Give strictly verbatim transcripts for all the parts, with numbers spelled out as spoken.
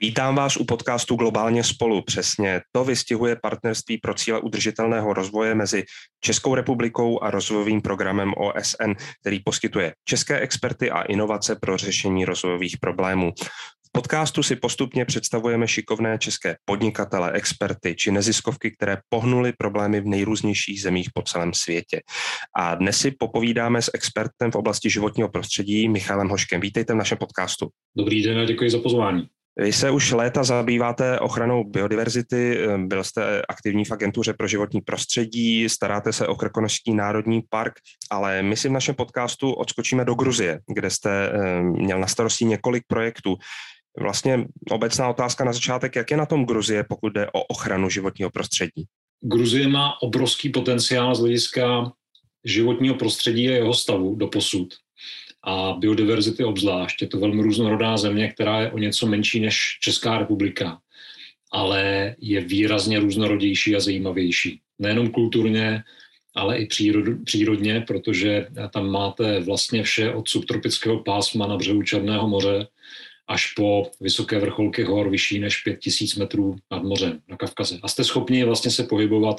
Vítám vás u podcastu Globálně spolu. Přesně to vystihuje partnerství pro cíle udržitelného rozvoje mezi Českou republikou a rozvojovým programem O S N, který poskytuje české experty a inovace pro řešení rozvojových problémů. V podcastu si postupně představujeme šikovné české podnikatele, experty či neziskovky, které pohnuly problémy v nejrůznějších zemích po celém světě. A dnes si popovídáme s expertem v oblasti životního prostředí Michalem Hoškem. Vítejte v našem podcastu. Dobrý den a děkuji za pozvání. Vy se už léta zabýváte ochranou biodiverzity, byl jste aktivní v agentuře pro životní prostředí, staráte se o Krkonošský národní park, ale my si v našem podcastu odskočíme do Gruzie, kde jste měl na starosti několik projektů. Vlastně obecná otázka na začátek, jak je na tom Gruzie, pokud jde o ochranu životního prostředí? Gruzie má obrovský potenciál z hlediska životního prostředí a jeho stavu doposud. A biodiverzity obzvlášť. Je to velmi různorodá země, která je o něco menší než Česká republika, ale je výrazně různorodější a zajímavější. Nejenom kulturně, ale i přírod, přírodně, protože tam máte vlastně vše od subtropického pásma na břehu Černého moře až po vysoké vrcholky hor vyšší než pět tisíc metrů nad mořem na Kavkaze. A jste schopni vlastně se pohybovat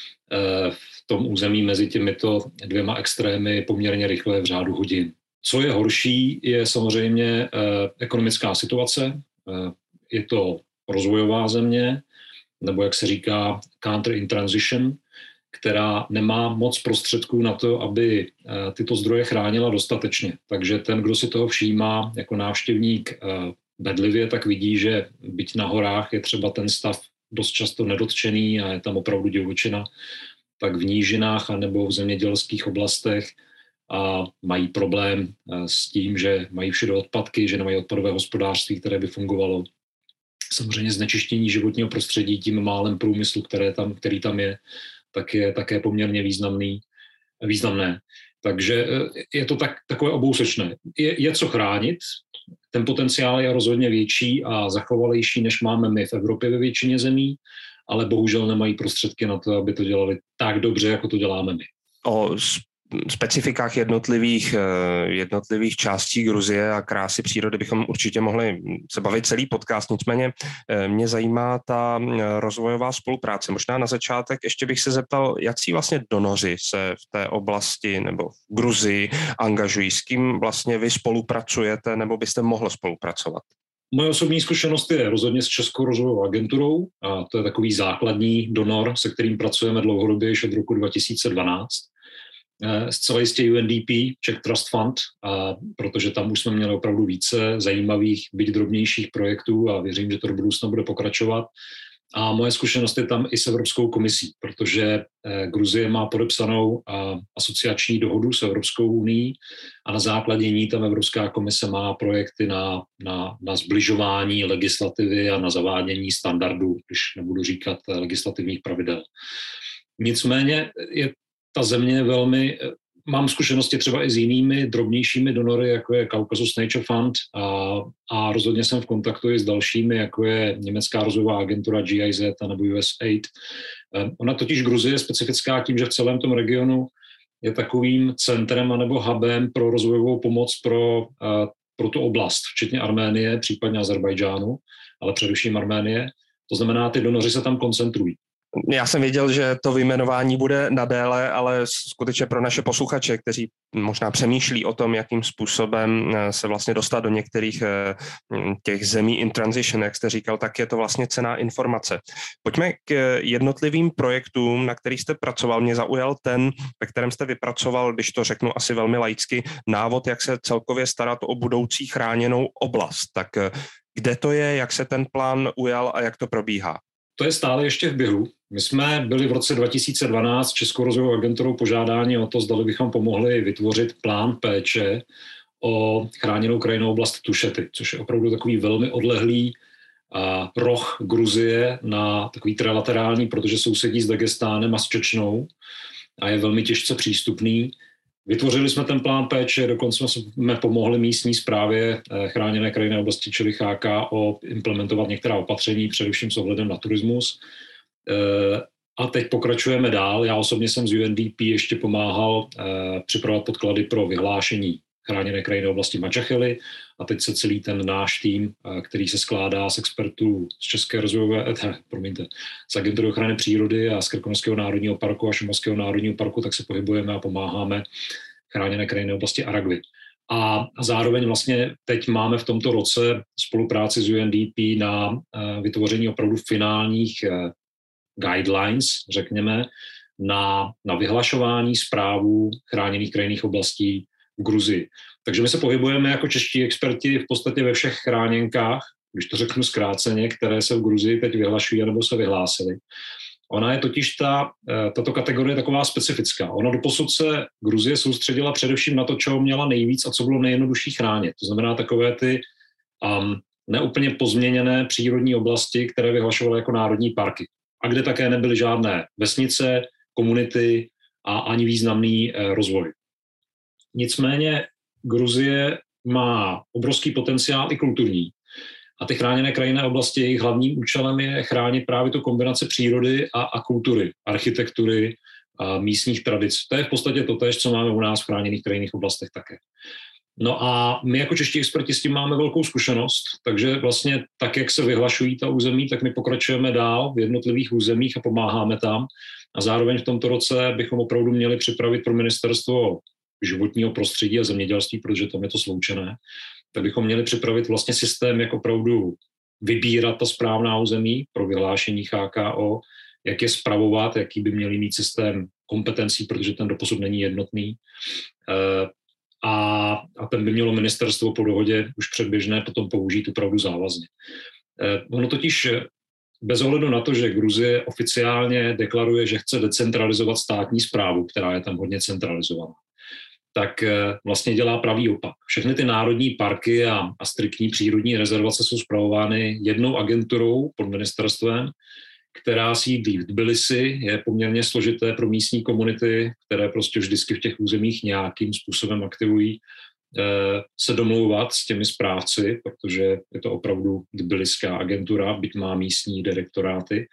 v tom území mezi těmito dvěma extrémy poměrně rychle v řádu hodin. Co je horší, je samozřejmě eh, ekonomická situace. Eh, je to rozvojová země, nebo jak se říká country in transition, která nemá moc prostředků na to, aby eh, tyto zdroje chránila dostatečně. Takže ten, kdo si toho všímá jako návštěvník eh, bedlivě, tak vidí, že byť na horách je třeba ten stav dost často nedotčený a je tam opravdu divočina, tak v nížinách anebo v zemědělských oblastech a mají problém s tím, že mají všude odpadky, že nemají odpadové hospodářství, které by fungovalo. Samozřejmě znečištění životního prostředí tím málem průmyslu, které tam, který tam je, tak je také poměrně významný, významné. Takže je to tak, takové obousečné. Je, je co chránit, ten potenciál je rozhodně větší a zachovalejší, než máme my v Evropě ve většině zemí, ale bohužel nemají prostředky na to, aby to dělali tak dobře, jako to děláme my. O specifikách jednotlivých, jednotlivých částí Gruzie a krásy přírody bychom určitě mohli se bavit celý podcast, nicméně mě zajímá ta rozvojová spolupráce. Možná na začátek ještě bych se zeptal, jaký vlastně donoři se v té oblasti nebo v Gruzii angažují, s kým vlastně vy spolupracujete nebo byste mohl spolupracovat? Moje osobní zkušenost je rozhodně s Českou rozvojovou agenturou a to je takový základní donor, se kterým pracujeme dlouhodobě již od roku dva tisíce dvanáct. Zcela jistě U N D P, Czech Trust Fund, a protože tam už jsme měli opravdu více zajímavých, byť drobnějších projektů a věřím, že to do budoucna bude pokračovat. A moje zkušenost je tam i s Evropskou komisí, protože Gruzie má podepsanou asociační dohodu s Evropskou unií a na základě ní tam Evropská komise má projekty na, na, na zbližování legislativy a na zavádění standardů, když nebudu říkat legislativních pravidel. Nicméně je ta země velmi, mám zkušenosti třeba i s jinými drobnějšími donory, jako je Caucasus Nature Fund a, a rozhodně jsem v kontaktu i s dalšími, jako je německá rozvojová agentura G I Z nebo U S A I D. Ona totiž Gruzie je specifická tím, že v celém tom regionu je takovým centrem anebo hubem pro rozvojovou pomoc pro, pro tu oblast, včetně Arménie, případně Azerbajdžánu, ale především Arménie. To znamená, ty donoři se tam koncentrují. Já jsem věděl, že to vyjmenování bude nadéle, ale skutečně pro naše posluchače, kteří možná přemýšlí o tom, jakým způsobem se vlastně dostat do některých těch zemí in transition, jak jste říkal, tak je to vlastně cenná informace. Pojďme k jednotlivým projektům, na kterých jste pracoval. Mě zaujal ten, ve kterém jste vypracoval, když to řeknu asi velmi laicky, návod, jak se celkově starat o budoucí chráněnou oblast. Tak kde to je, jak se ten plán ujal a jak to probíhá? To je stále ještě v běhu. My jsme byli v roce dva tisíce dvanáct Českou rozvojovou agenturou požádáni o to, zdali bychom pomohli vytvořit plán péče o chráněnou krajinnou oblast Tušety, což je opravdu takový velmi odlehlý a, roh Gruzie na takový trilaterální, protože sousedí s Dagestánem a s Čečnou a je velmi těžce přístupný. Vytvořili jsme ten plán péče, dokonce jsme pomohli místní správě chráněné krajinné oblasti, čili Ch K, o implementovat některá opatření, především s ohledem na turismus. A teď pokračujeme dál. Já osobně jsem z U N D P ještě pomáhal připravovat podklady pro vyhlášení chráněné krajinné oblasti Mačachely a teď se celý ten náš tým, který se skládá z expertů z České rozvojové, eh, promiňte, z Agentury ochrany přírody a z Krkonošského národního parku a Šumavského národního parku, tak se pohybujeme a pomáháme chráněné krajinné oblasti Aragvy. A zároveň vlastně teď máme v tomto roce spolupráci s U N D P na vytvoření opravdu finálních guidelines, řekněme, na, na vyhlašování zprávu chráněných krajinných oblastí v Gruzii. Takže my se pohybujeme jako čeští experti v podstatě ve všech chráněnkách, když to řeknu zkráceně, které se v Gruzii teď vyhlašují nebo se vyhlásily. Ona je totiž ta, tato kategorie taková specifická. Ona doposud se Gruzie soustředila především na to, čeho měla nejvíc a co bylo nejjednodušší chránit. To znamená takové ty um, neúplně pozměněné přírodní oblasti, které vyhlašovaly jako národní parky. A kde také nebyly žádné vesnice, komunity a ani významný eh, rozvoj. Nicméně Gruzie má obrovský potenciál i kulturní. A ty chráněné krajinné oblasti, jejich hlavním účelem je chránit právě tu kombinaci přírody a, a kultury, architektury, a místních tradic. To je v podstatě totéž, co máme u nás v chráněných krajinných oblastech také. No a my jako čeští experti s tím máme velkou zkušenost, takže vlastně tak, jak se vyhlašují ta území, tak my pokračujeme dál v jednotlivých územích a pomáháme tam. A zároveň v tomto roce bychom opravdu měli připravit pro ministerstvo životního prostředí a zemědělství, protože tam je to sloučené, tak bychom měli připravit vlastně systém, jak opravdu vybírat ta správná území pro vyhlášení H K O, jak je spravovat, jaký by měli mít systém kompetencí, protože ten doposud není jednotný. A, a ten by mělo ministerstvo po dohodě už předběžné potom použít opravdu závazně. Ono totiž bez ohledu na to, že Gruzie oficiálně deklaruje, že chce decentralizovat státní správu, která je tam hodně centralizovaná, tak vlastně dělá pravý opak. Všechny ty národní parky a, a striktní přírodní rezervace jsou spravovány jednou agenturou pod ministerstvem, která sídlí v Tbilisi, je poměrně složité pro místní komunity, které prostě vždycky v těch územích nějakým způsobem aktivují, se domlouvat s těmi správci, protože je to opravdu tbiliská agentura, byť má místní direktoráty.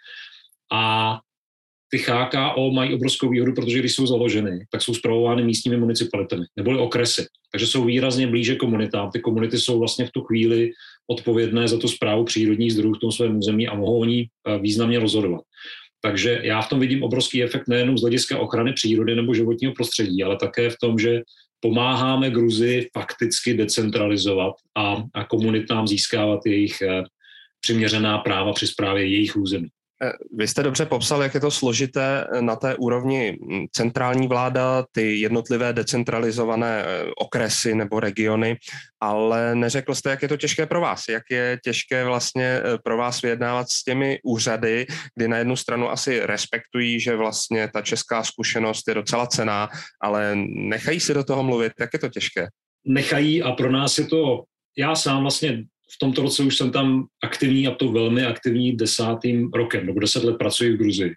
A ty H K O mají obrovskou výhodu, protože když jsou založeny, tak jsou spravovány místními municipalitami, neboli okresy. Takže jsou výrazně blíže komunitám. Ty komunity jsou vlastně v tu chvíli odpovědné za tu správu přírodních zdrojů v tom svém území a mohou o ní významně rozhodovat. Takže já v tom vidím obrovský efekt nejenom z hlediska ochrany přírody nebo životního prostředí, ale také v tom, že pomáháme Gruzii fakticky decentralizovat a, a komunitám získávat jejich přiměřená práva při správě jejich území. Vy jste dobře popsal, jak je to složité na té úrovni centrální vláda, ty jednotlivé decentralizované okresy nebo regiony, ale neřekl jste, jak je to těžké pro vás, jak je těžké vlastně pro vás vyjednávat s těmi úřady, kdy na jednu stranu asi respektují, že vlastně ta česká zkušenost je docela cenná, ale nechají si do toho mluvit, jak je to těžké? Nechají a pro nás je to, já sám vlastně v tomto roce už jsem tam aktivní a to velmi aktivní desátým rokem, nebo deset let pracuji v Gruzii.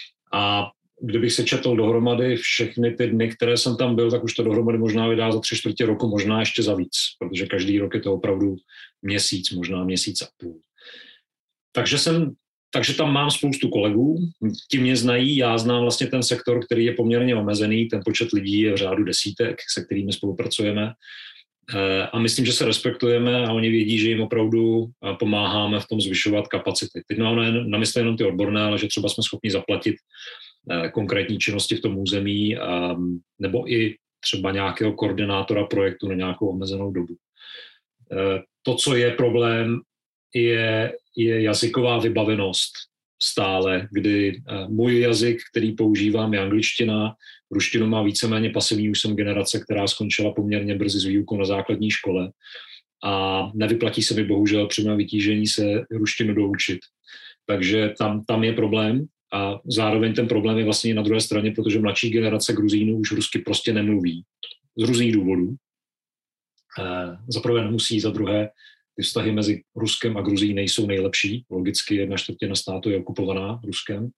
A kdybych se četl dohromady všechny ty dny, které jsem tam byl, tak už to dohromady možná vydá za tři čtvrtě roku, možná ještě za víc, protože každý rok je to opravdu měsíc, možná měsíc a půl. Takže jsem, takže tam mám spoustu kolegů, ti mě znají, já znám vlastně ten sektor, který je poměrně omezený, ten počet lidí je v řádu desítek, se kterými spolupracujeme. A myslím, že se respektujeme a oni vědí, že jim opravdu pomáháme v tom zvyšovat kapacity. Teď mám na mysli jenom ty odborné, ale že třeba jsme schopni zaplatit konkrétní činnosti v tom území nebo i třeba nějakého koordinátora projektu na nějakou omezenou dobu. To, co je problém, je, je jazyková vybavenost stále, kdy můj jazyk, který používám, je angličtina, ruštinu má víceméně pasivní, už jsem generace, která skončila poměrně brzy s výukou na základní škole a nevyplatí se mi bohužel při mém vytížení se ruštinu doučit. Takže tam, tam je problém a zároveň ten problém je vlastně na druhé straně, protože mladší generace Gruzínů už rusky prostě nemluví z různých důvodů. Za prvé nemusí, za druhé ty vztahy mezi Ruskem a Gruzií nejsou nejlepší. Logicky jedna čtvrtina státu je okupovaná Ruskem.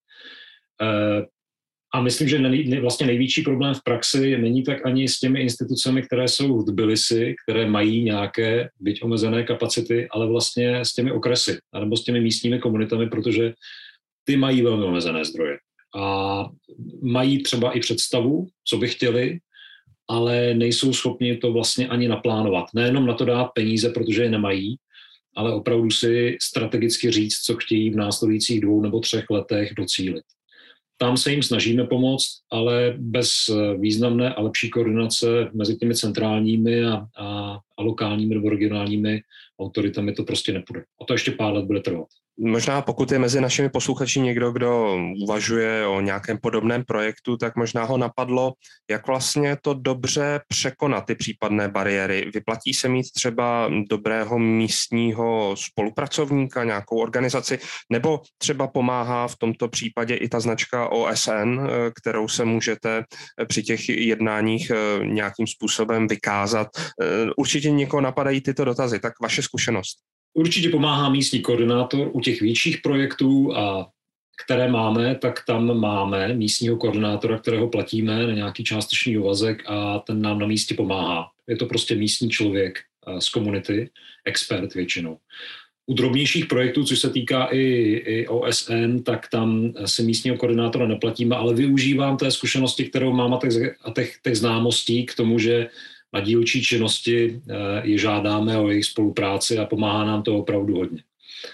A myslím, že nej, vlastně největší problém v praxi není tak ani s těmi institucemi, které jsou v Tbilisi, které mají nějaké, byť omezené kapacity, ale vlastně s těmi okresy, nebo s těmi místními komunitami, protože ty mají velmi omezené zdroje. A mají třeba i představu, co by chtěli, ale nejsou schopni to vlastně ani naplánovat. Nejenom na to dát peníze, protože je nemají, ale opravdu si strategicky říct, co chtějí v následujících dvou nebo třech letech docílit. Tam se jim snažíme pomoct, ale bez významné a lepší koordinace mezi těmi centrálními a, a, a lokálními nebo regionálními autoritami to prostě nepůjde. A to ještě pár let bude trvat. Možná pokud je mezi našimi posluchači někdo, kdo uvažuje o nějakém podobném projektu, tak možná ho napadlo, jak vlastně to dobře překonat ty případné bariéry. Vyplatí se mít třeba dobrého místního spolupracovníka, nějakou organizaci, nebo třeba pomáhá v tomto případě i ta značka O S N, kterou se můžete při těch jednáních nějakým způsobem vykázat. Určitě někoho napadají tyto dotazy, tak vaše zkušenost. Určitě pomáhá místní koordinátor u těch větších projektů, a které máme, tak tam máme místního koordinátora, kterého platíme na nějaký částečný úvazek a ten nám na místě pomáhá. Je to prostě místní člověk z komunity, expert většinou. U drobnějších projektů, což se týká i, i O S N, tak tam si místního koordinátora neplatíme, ale využívám té zkušenosti, kterou mám a těch, a těch, těch známostí k tomu, že na dílčí činnosti je žádáme o jejich spolupráci a pomáhá nám to opravdu hodně.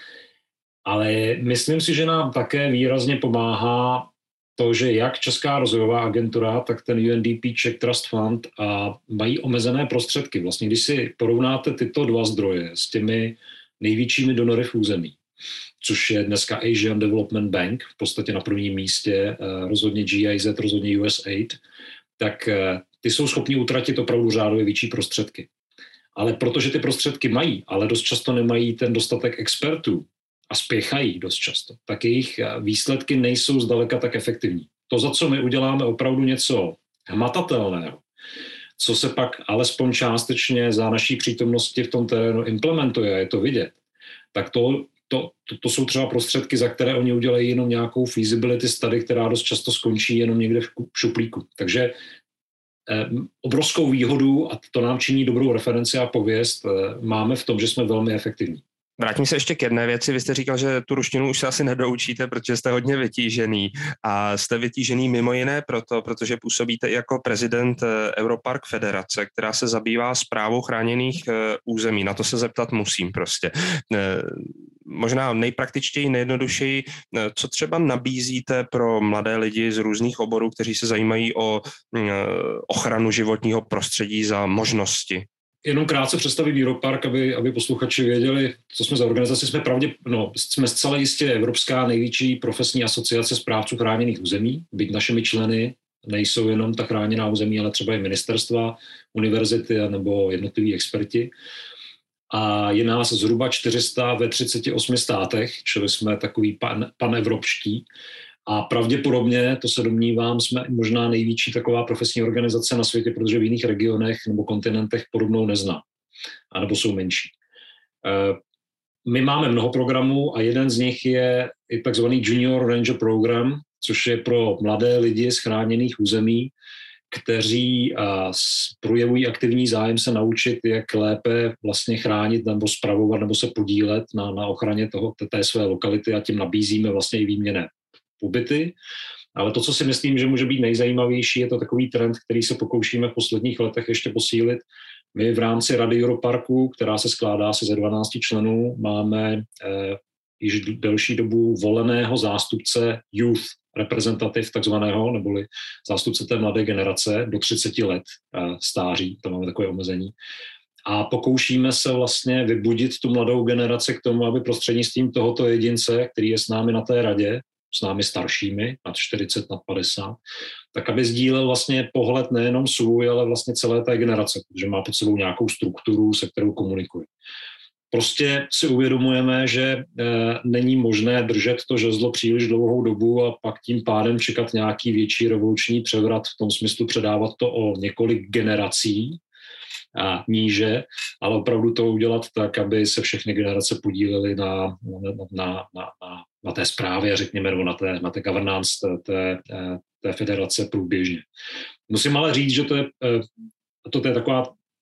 Ale myslím si, že nám také výrazně pomáhá to, že jak Česká rozvojová agentura, tak ten U N D P Czech Trust Fund a mají omezené prostředky. Vlastně když si porovnáte tyto dva zdroje s těmi největšími donory v území, což je dneska Asian Development Bank, v podstatě na prvním místě, rozhodně G I Z, rozhodně U S A I D, tak ty jsou schopni utratit opravdu řádově větší prostředky. Ale protože ty prostředky mají, ale dost často nemají ten dostatek expertů a spěchají dost často, tak jejich výsledky nejsou zdaleka tak efektivní. To, za co my uděláme opravdu něco hmatatelného, co se pak alespoň částečně za naší přítomnosti v tom terénu implementuje, a je to vidět, tak to, to, to, to jsou třeba prostředky, za které oni udělají jenom nějakou feasibility study, která dost často skončí jenom někde v šuplíku. Takže eh, obrovskou výhodu, a to nám činí dobrou referenci a pověst, eh, máme v tom, že jsme velmi efektivní. Vrátím se ještě k jedné věci. Vy jste říkal, že tu ruštinu už se asi nedoučíte, protože jste hodně vytížený. A jste vytížený mimo jiné proto, protože působíte jako prezident Europark Federace, která se zabývá správou chráněných území. Na to se zeptat musím prostě. Možná nejpraktičtěji, nejjednodušeji, co třeba nabízíte pro mladé lidi z různých oborů, kteří se zajímají o ochranu životního prostředí za možnosti? Jenom krátce představím Europark, aby, aby posluchači věděli, co jsme za organizaci. Jsme, pravdě, no, jsme zcela jistě evropská největší profesní asociace správců chráněných území, byť našimi členy nejsou jenom ta chráněná území, ale třeba i ministerstva, univerzity nebo jednotliví experti. A je nás zhruba čtyři sta ve třiceti osmi státech, čili jsme takový pan, panevropští. A pravděpodobně, to se domnívám, jsme možná největší taková profesní organizace na světě, protože v jiných regionech nebo kontinentech podobnou nezná, anebo jsou menší. My máme mnoho programů a jeden z nich je i takzvaný Junior Ranger Program, což je pro mladé lidi z chráněných území, kteří projevují aktivní zájem se naučit, jak lépe vlastně chránit nebo spravovat nebo se podílet na, na ochraně toho, té své lokality, a tím nabízíme vlastně i výměnné pobyty. Ale to, co si myslím, že může být nejzajímavější, je to takový trend, který se pokoušíme v posledních letech ještě posílit. My v rámci Rady Europarku, která se skládá se ze dvanácti členů, máme eh, již delší dobu voleného zástupce youth reprezentativ takzvaného, neboli zástupce té mladé generace do třiceti let eh, stáří, to máme takové omezení. A pokoušíme se vlastně vybudit tu mladou generaci k tomu, aby prostřednictvím tohoto jedince, který je s námi na té radě, s námi staršími, nad čtyřicet, nad padesát, tak aby sdílel vlastně pohled nejenom svůj, ale vlastně celé té generace, protože má pod sebou nějakou strukturu, se kterou komunikuje. Prostě si uvědomujeme, že e, není možné držet to žezlo příliš dlouhou dobu a pak tím pádem čekat nějaký větší revoluční převrat, v tom smyslu předávat to o několik generací a níže, ale opravdu to udělat tak, aby se všechny generace podílely na, na, na, na, na, na té správě, řekněme, nebo na té, na té governance té, té, té federace průběžně. Musím ale říct, že to je, to, to je taková,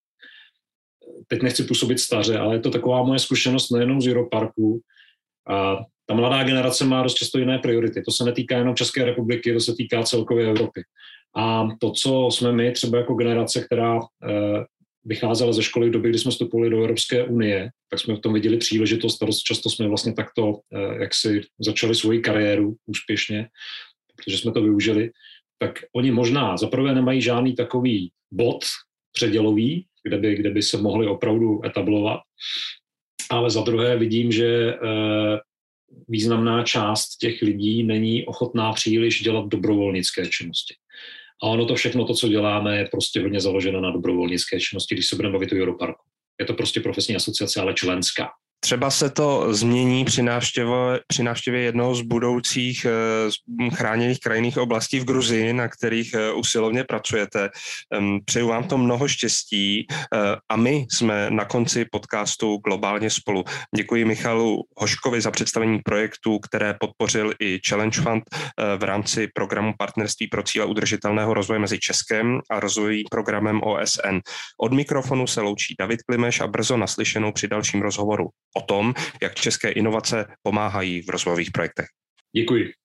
teď nechci působit staře, ale je to taková moje zkušenost nejenom z Europarku. A ta mladá generace má dost často jiné priority. To se netýká jenom České republiky, to se týká celkově Evropy. A to, co jsme my třeba jako generace, která vycházela ze školy v době, kdy jsme vstupovali do Evropské unie, tak jsme v tom viděli příležitost a dost často jsme vlastně takto jak si začali svoji kariéru úspěšně, protože jsme to využili, tak oni možná zaprvé nemají žádný takový bod předělový, kde by, kde by se mohli opravdu etablovat, ale za druhé vidím, že významná část těch lidí není ochotná příliš dělat dobrovolnické činnosti. A ono to všechno, to, co děláme, je prostě hodně založeno na dobrovolnické činnosti, když se budeme bavit o Europarku. Je to prostě profesní asociace, ale členská. Třeba se to změní při návštěvě, při návštěvě jednoho z budoucích chráněných krajinných oblastí v Gruzii, na kterých usilovně pracujete. Přeju vám to mnoho štěstí a my jsme na konci podcastu Globálně spolu. Děkuji Michalu Hoškovi za představení projektu, které podpořil i Challenge Fund v rámci programu Partnerství pro cíle udržitelného rozvoje mezi Českem a rozvojovým programem O S N. Od mikrofonu se loučí David Klimeš a brzo naslyšenou při dalším rozhovoru o tom, jak české inovace pomáhají v rozvojových projektech. Děkuji.